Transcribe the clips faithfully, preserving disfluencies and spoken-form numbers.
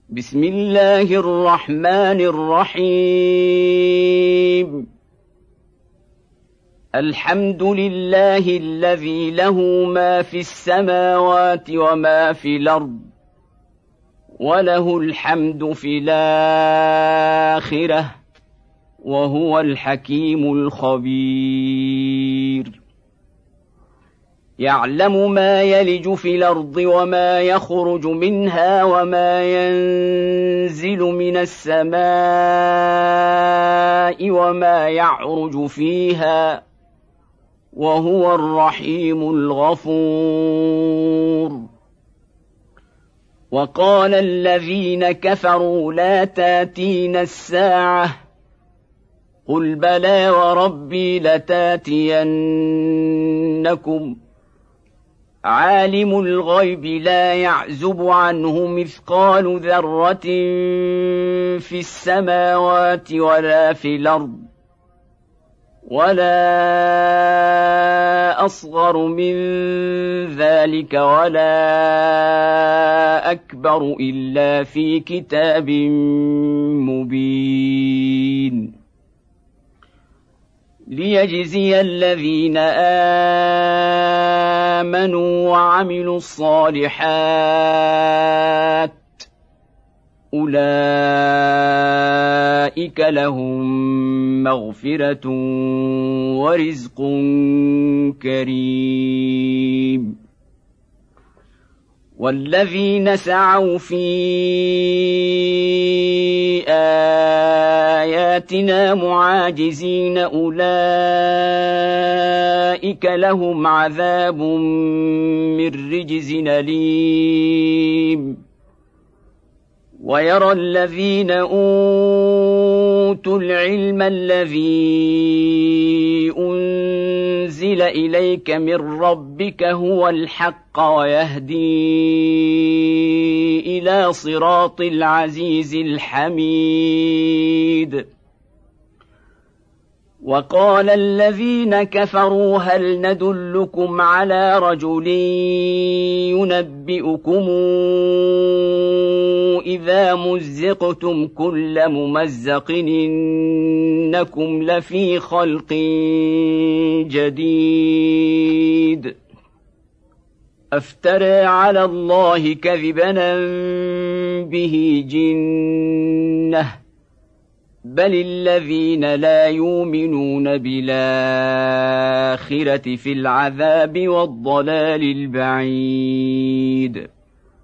بسم الله الرحمن الرحيم. الحمد لله الذي له ما في السماوات وما في الأرض وله الحمد في الآخرة وهو الحكيم الخبير. يعلم ما يلج في الأرض وما يخرج منها وما ينزل من السماء وما يعرج فيها وهو الرحيم الغفور. وقال الذين كفروا لا تاتين الساعة قل بلى وربي لتاتينكم عالم الغيب لا يعزب عنه مثقال ذرة في السماوات ولا في الأرض ولا أصغر من ذلك ولا أكبر إلا في كتاب مبين. ليجزي الذين آمنوا وعملوا الصالحات أولئك لهم مغفرة ورزق كريم. والذين سعوا في آياتنا معاجزين أولئك لهم عذاب من رجز أليم. ويرى الذين أوتوا العلم الذي أنزل إليك من ربك هو الحق ويهدي إلى صراط العزيز الحميد. وقال الذين كفروا هل ندلكم على رجل ينبئكم إذا مزقتم كل ممزق إنكم لفي خلق جديد أفترى على الله كذبا به جنة بل الذين لا يؤمنون بالآخرة في العذاب والضلال البعيد.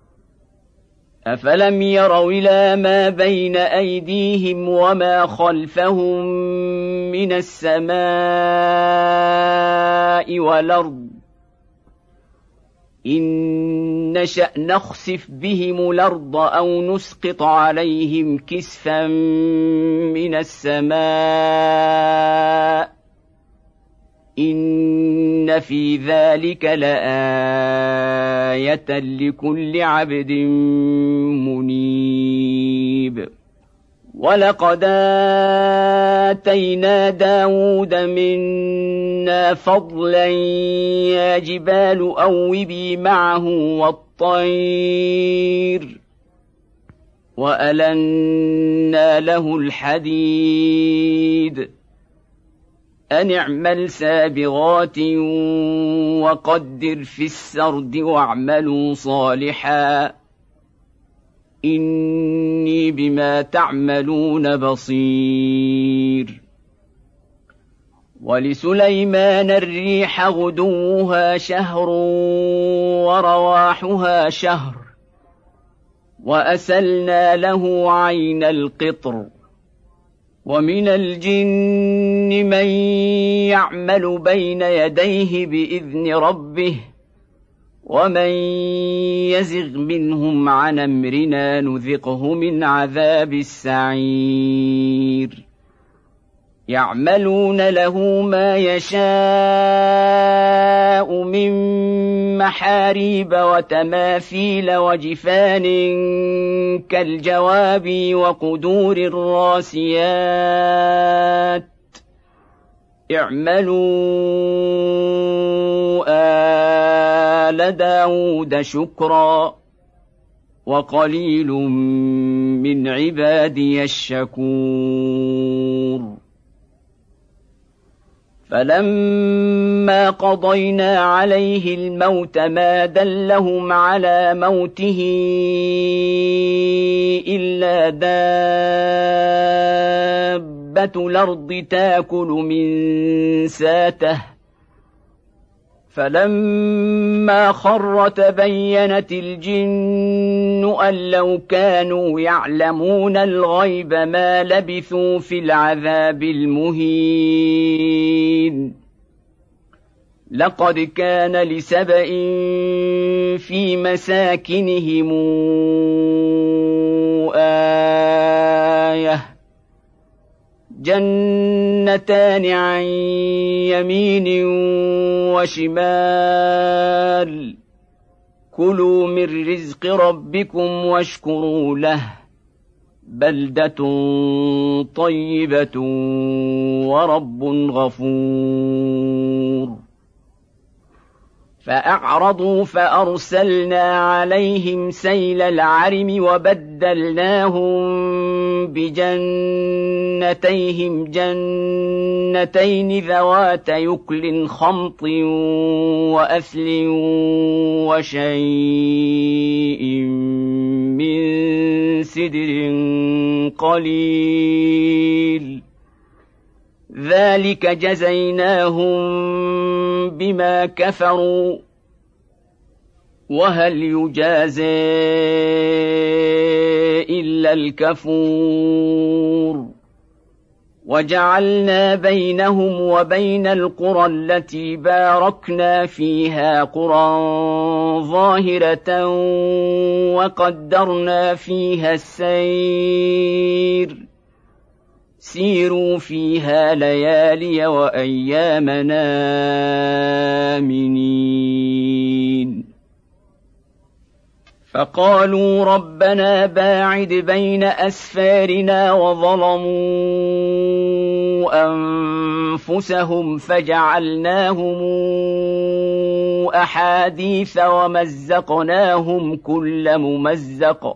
أفلم يروا إلى ما بين أيديهم وما خلفهم من السماء والأرض إن نشأ نخسف بهم الأرض أو نسقط عليهم كسفا من السماء إن في ذلك لآية لكل عبد منيب. ولقد آتينا داود منا فضلا يا جبال أوبي معه والطير وألنا له الحديد أن اعمل سابغات وقدر في السرد واعملوا صالحا إني بما تعملون بصير. ولسليمان الريح غدوها شهر ورواحها شهر وأسلنا له عين القطر ومن الجن من يعمل بين يديه بإذن ربه ومن يزغ منهم عن أمرنا نذقه من عذاب السعير. يعملون له ما يشاء من محاريب وتماثيل وجفان كالجواب وقدور الراسيات اعملوا آل داود شكرا وقليل من عبادي الشكور فلما قضينا عليه الموت ما دلهم على موته إلا دابة الأرض تأكل من ساته فلما خر تبينت الجن أن لو كانوا يعلمون الغيب ما لبثوا في العذاب المهين لقد كان لسبإ في مساكنهم آية جنتان عن يمين وشمال كلوا من رزق ربكم واشكروا له بلدة طيبة ورب غفور فأعرضوا فأرسلنا عليهم سيل العرم وبدلناهم بجنتيهم جنتين ذوات يكل خمط وأثل وشيء من سدر قليل ذلك جزيناهم بما كفروا وهل يجازى إلا الكفور وجعلنا بينهم وبين القرى التي باركنا فيها قرى ظاهرة وقدرنا فيها السير سيروا فيها ليالي وأيامنا آمنين فقالوا ربنا باعد بين أسفارنا وظلموا أنفسهم فجعلناهم أحاديث ومزقناهم كل ممزق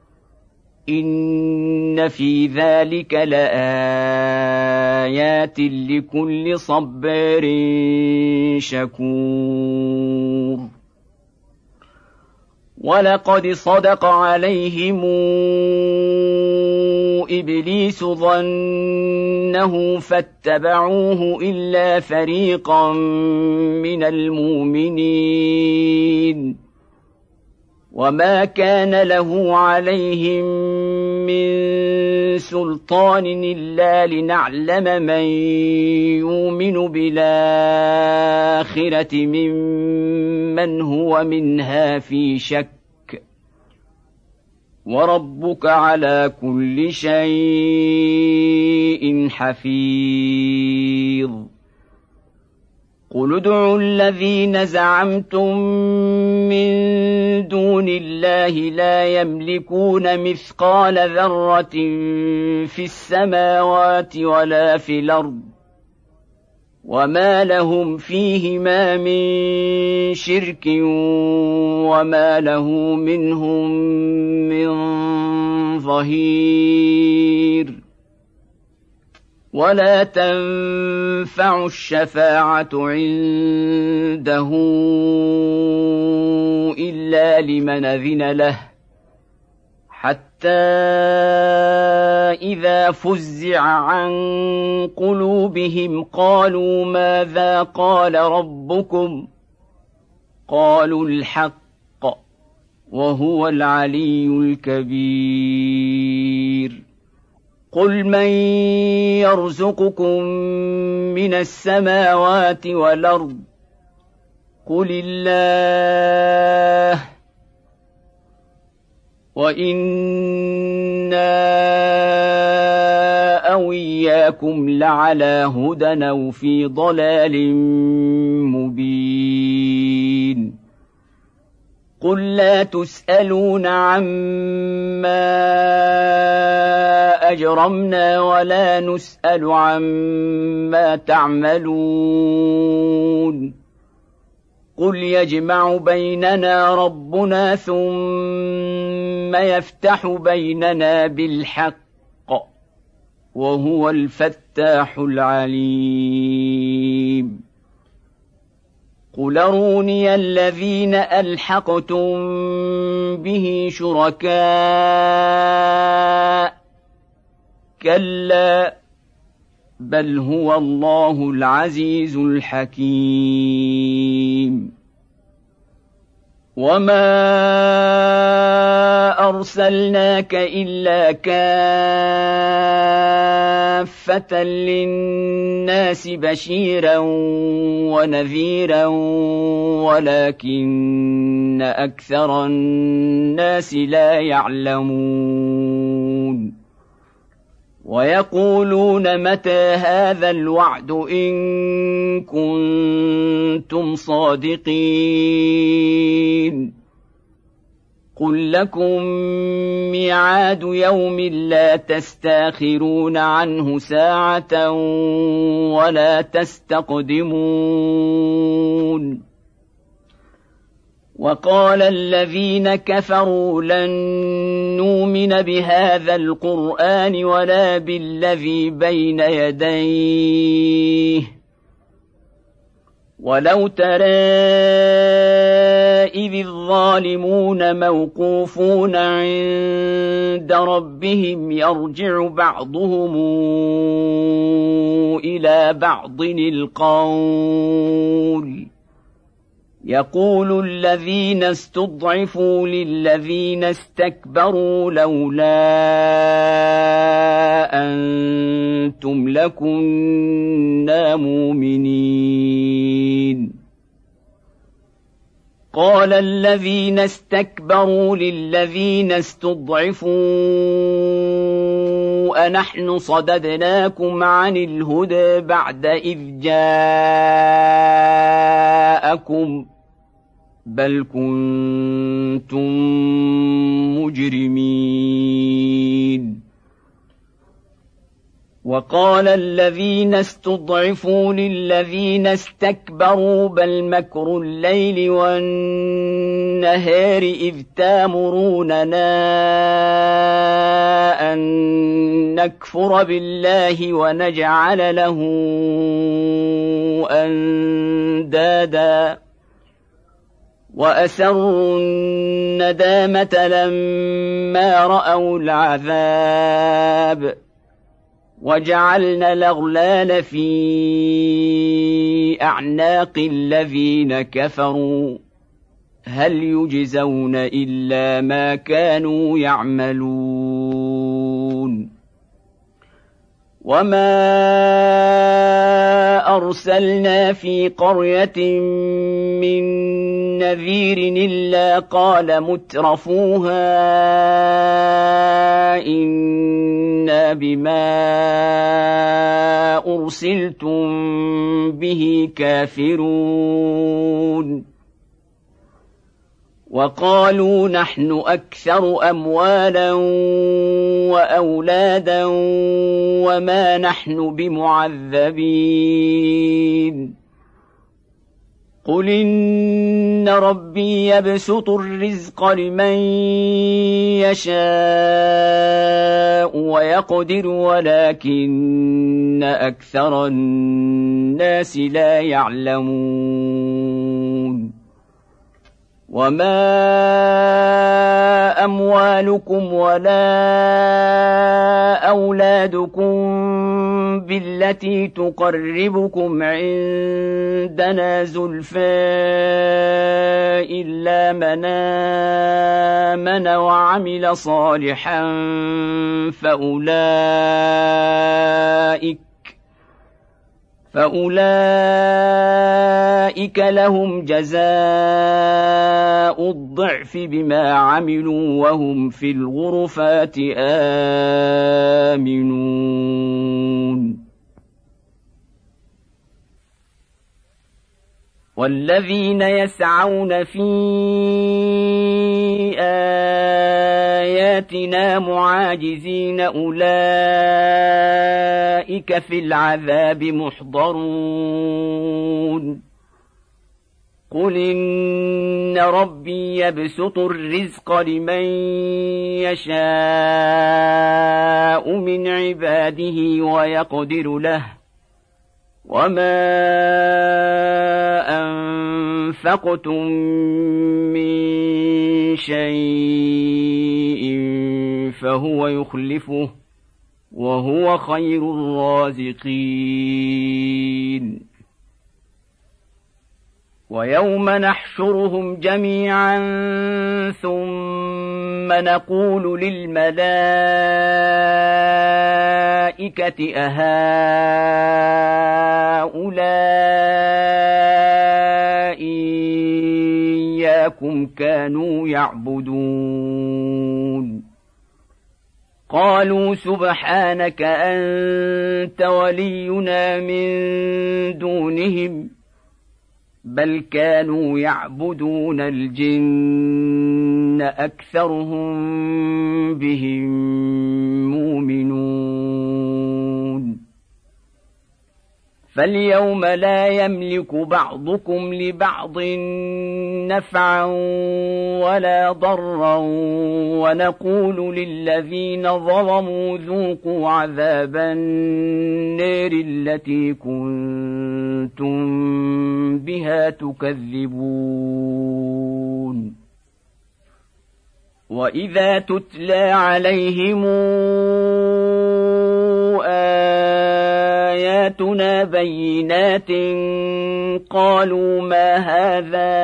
إن في ذلك لآيات لكل صبار شكور ولقد صدق عليهم إبليس ظنه فاتبعوه إلا فريقا من المؤمنين وما كان له عليهم من سلطان إلا لنعلم من يؤمن بالآخرة ممن هو منها في شك وربك على كل شيء حفيظ قل ادعوا الذين زعمتم من دون الله لا يملكون مثقال ذرة في السماوات ولا في الأرض وما لهم فيهما من شرك وما له منهم من ظهير ولا تنفع الشفاعة عنده إلا لمن أذن له حتى إذا فزع عن قلوبهم قالوا ماذا قال ربكم قالوا الحق وهو العلي الكبير قل من يرزقكم من السماوات والأرض قل الله وإنا أو إياكم لعلى هدى أو في ضلال مبين قل لا تسألون عما أجرمنا ولا نسأل عما تعملون قل يجمع بيننا ربنا ثم اليوم يفتح بيننا بالحق وهو الفتاح العليم قل أروني الذين ألحقتم به شركاء كلا بل هو الله العزيز الحكيم وما أرسلناك إلا كافة للناس بشيرا ونذيرا ولكن أكثر الناس لا يعلمون ويقولون متى هذا الوعد إن كنتم صادقين قل لكم ميعاد يوم لا تستاخرون عنه ساعة ولا تستقدمون وقال الذين كفروا لن نؤمن بهذا القرآن ولا بالذي بين يديه ولو ترى إذ الظالمون موقوفون عند ربهم يرجع بعضهم إلى بعض القول يقول الذين استضعفوا للذين استكبروا لولا أنتم لكنا مؤمنين قال الذين استكبروا للذين استضعفوا أنحن صددناكم عن الهدى بعد إذ جاءكم بل كنتم مجرمين وقال الذين استضعفوا للذين استكبروا بل مكر الليل والنهار إذ تامروننا أن نكفر بالله ونجعل له أندادا وأسروا الندامة لما رأوا العذاب وجعلنا الأغلال في أعناق الذين كفروا هل يجزون إلا ما كانوا يعملون وما أرسلنا في قرية من نذير إلا قال مترفوها إنا بما أرسلتم به كافرون وقالوا نحن أكثر أموالا وأولادا وما نحن بمعذبين قل إن ربي يبسط الرزق لمن يشاء ويقدر ولكن أكثر الناس لا يعلمون وما أموالكم ولا أولادكم بالتي تقربكم عندنا زلفى إلا من آمن وعمل صالحا فأولئك فأولئك لهم جزاء الضعف بما عملوا وهم في الغرفات آمنون والذين يسعون في آياتنا معاجزين أولئك في العذاب محضرون قل إن ربي يبسط الرزق لمن يشاء من عباده ويقدر له وما أنفقتم من شيء فهو يخلفه وهو خير الرازقين. ويوم نحشرهم جميعا ثم نقول للملائكة أهؤلاء إياكم كانوا يعبدون قالوا سبحانك أنت ولينا من دونهم بل كانوا يعبدون الجن أكثرهم بهم مؤمنون. فاليوم لا يملك بعضكم لبعض نفعا ولا ضرا ونقول للذين ظلموا ذوقوا عذاب النار التي كنتم بها تكذبون. وإذا تتلى عليهم آياتنا بينات قالوا ما هذا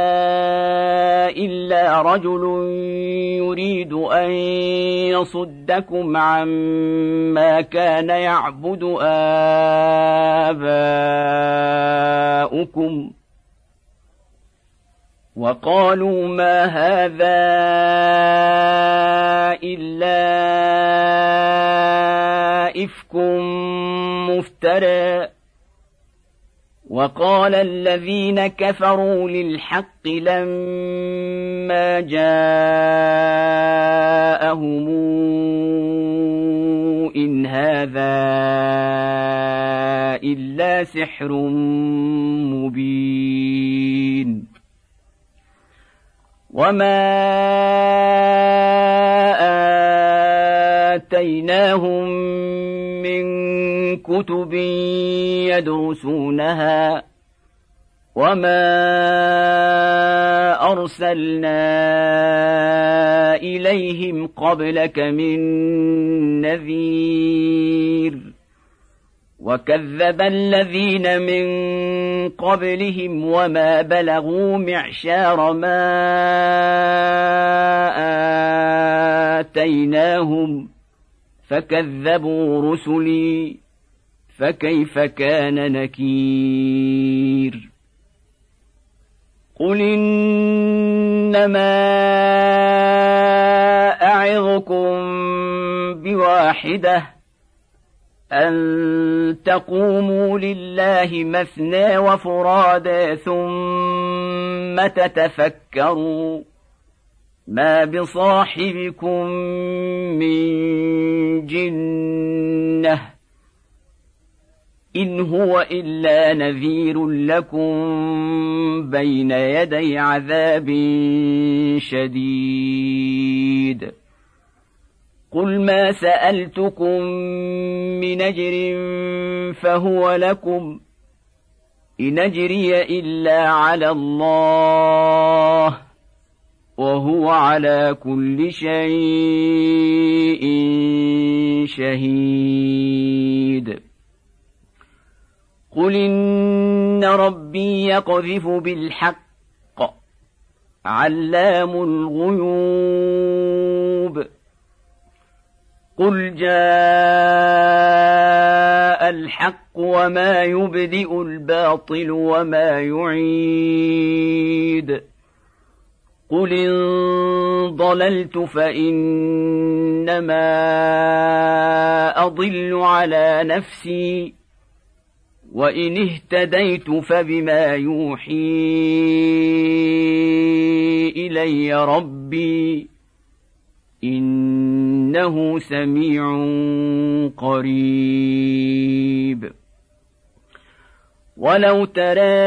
إلا رجل يريد أن يصدكم عما كان يعبد آباؤكم وقالوا ما هذا إلا إفك مفترى. وقال الذين كفروا للحق لما جاءهم إن هذا إلا سحر مبين. وما آتيناهم من كتب يدرسونها وما أرسلنا إليهم قبلك من نذير وكذب الذين من قبلهم وما بلغوا معشار ما آتيناهم فكذبوا رسلي فكيف كان نكير. قل إنما أعظكم بواحدة أن تقوموا لله مثنى وفرادى ثم تتفكروا ما بصاحبكم من جنة إن هو إلا نذير لكم بين يدي عذاب شديد. قل ما سألتكم من أجر فهو لكم إن أجري إلا على الله وهو على كل شيء شهيد. قل إن ربي يقذف بالحق علام الغيوب قل جاء الحق وما يبدئ الباطل وما يعيد قل إن ضللت فإنما أضل على نفسي وإن اهتديت فبما يوحي إلي ربي إنه سميع قريب. ولو ترى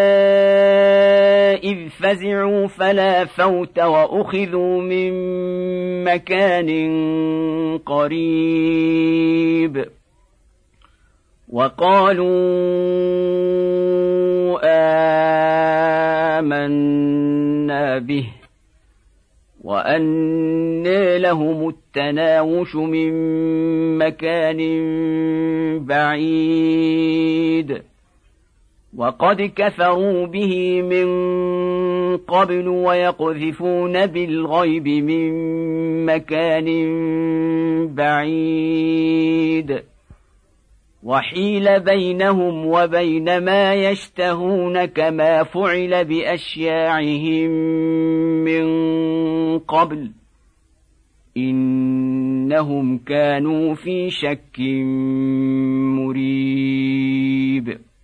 إذ فزعوا فلا فوت وأخذوا من مكان قريب وقالوا آمنا به وأنى لهم التناوش من مكان بعيد وقد كفروا به من قبل ويقذفون بالغيب من مكان بعيد وحيل بينهم وبين ما يشتهون كما فعل بأشياعهم من قبل إنهم كانوا في شك مريب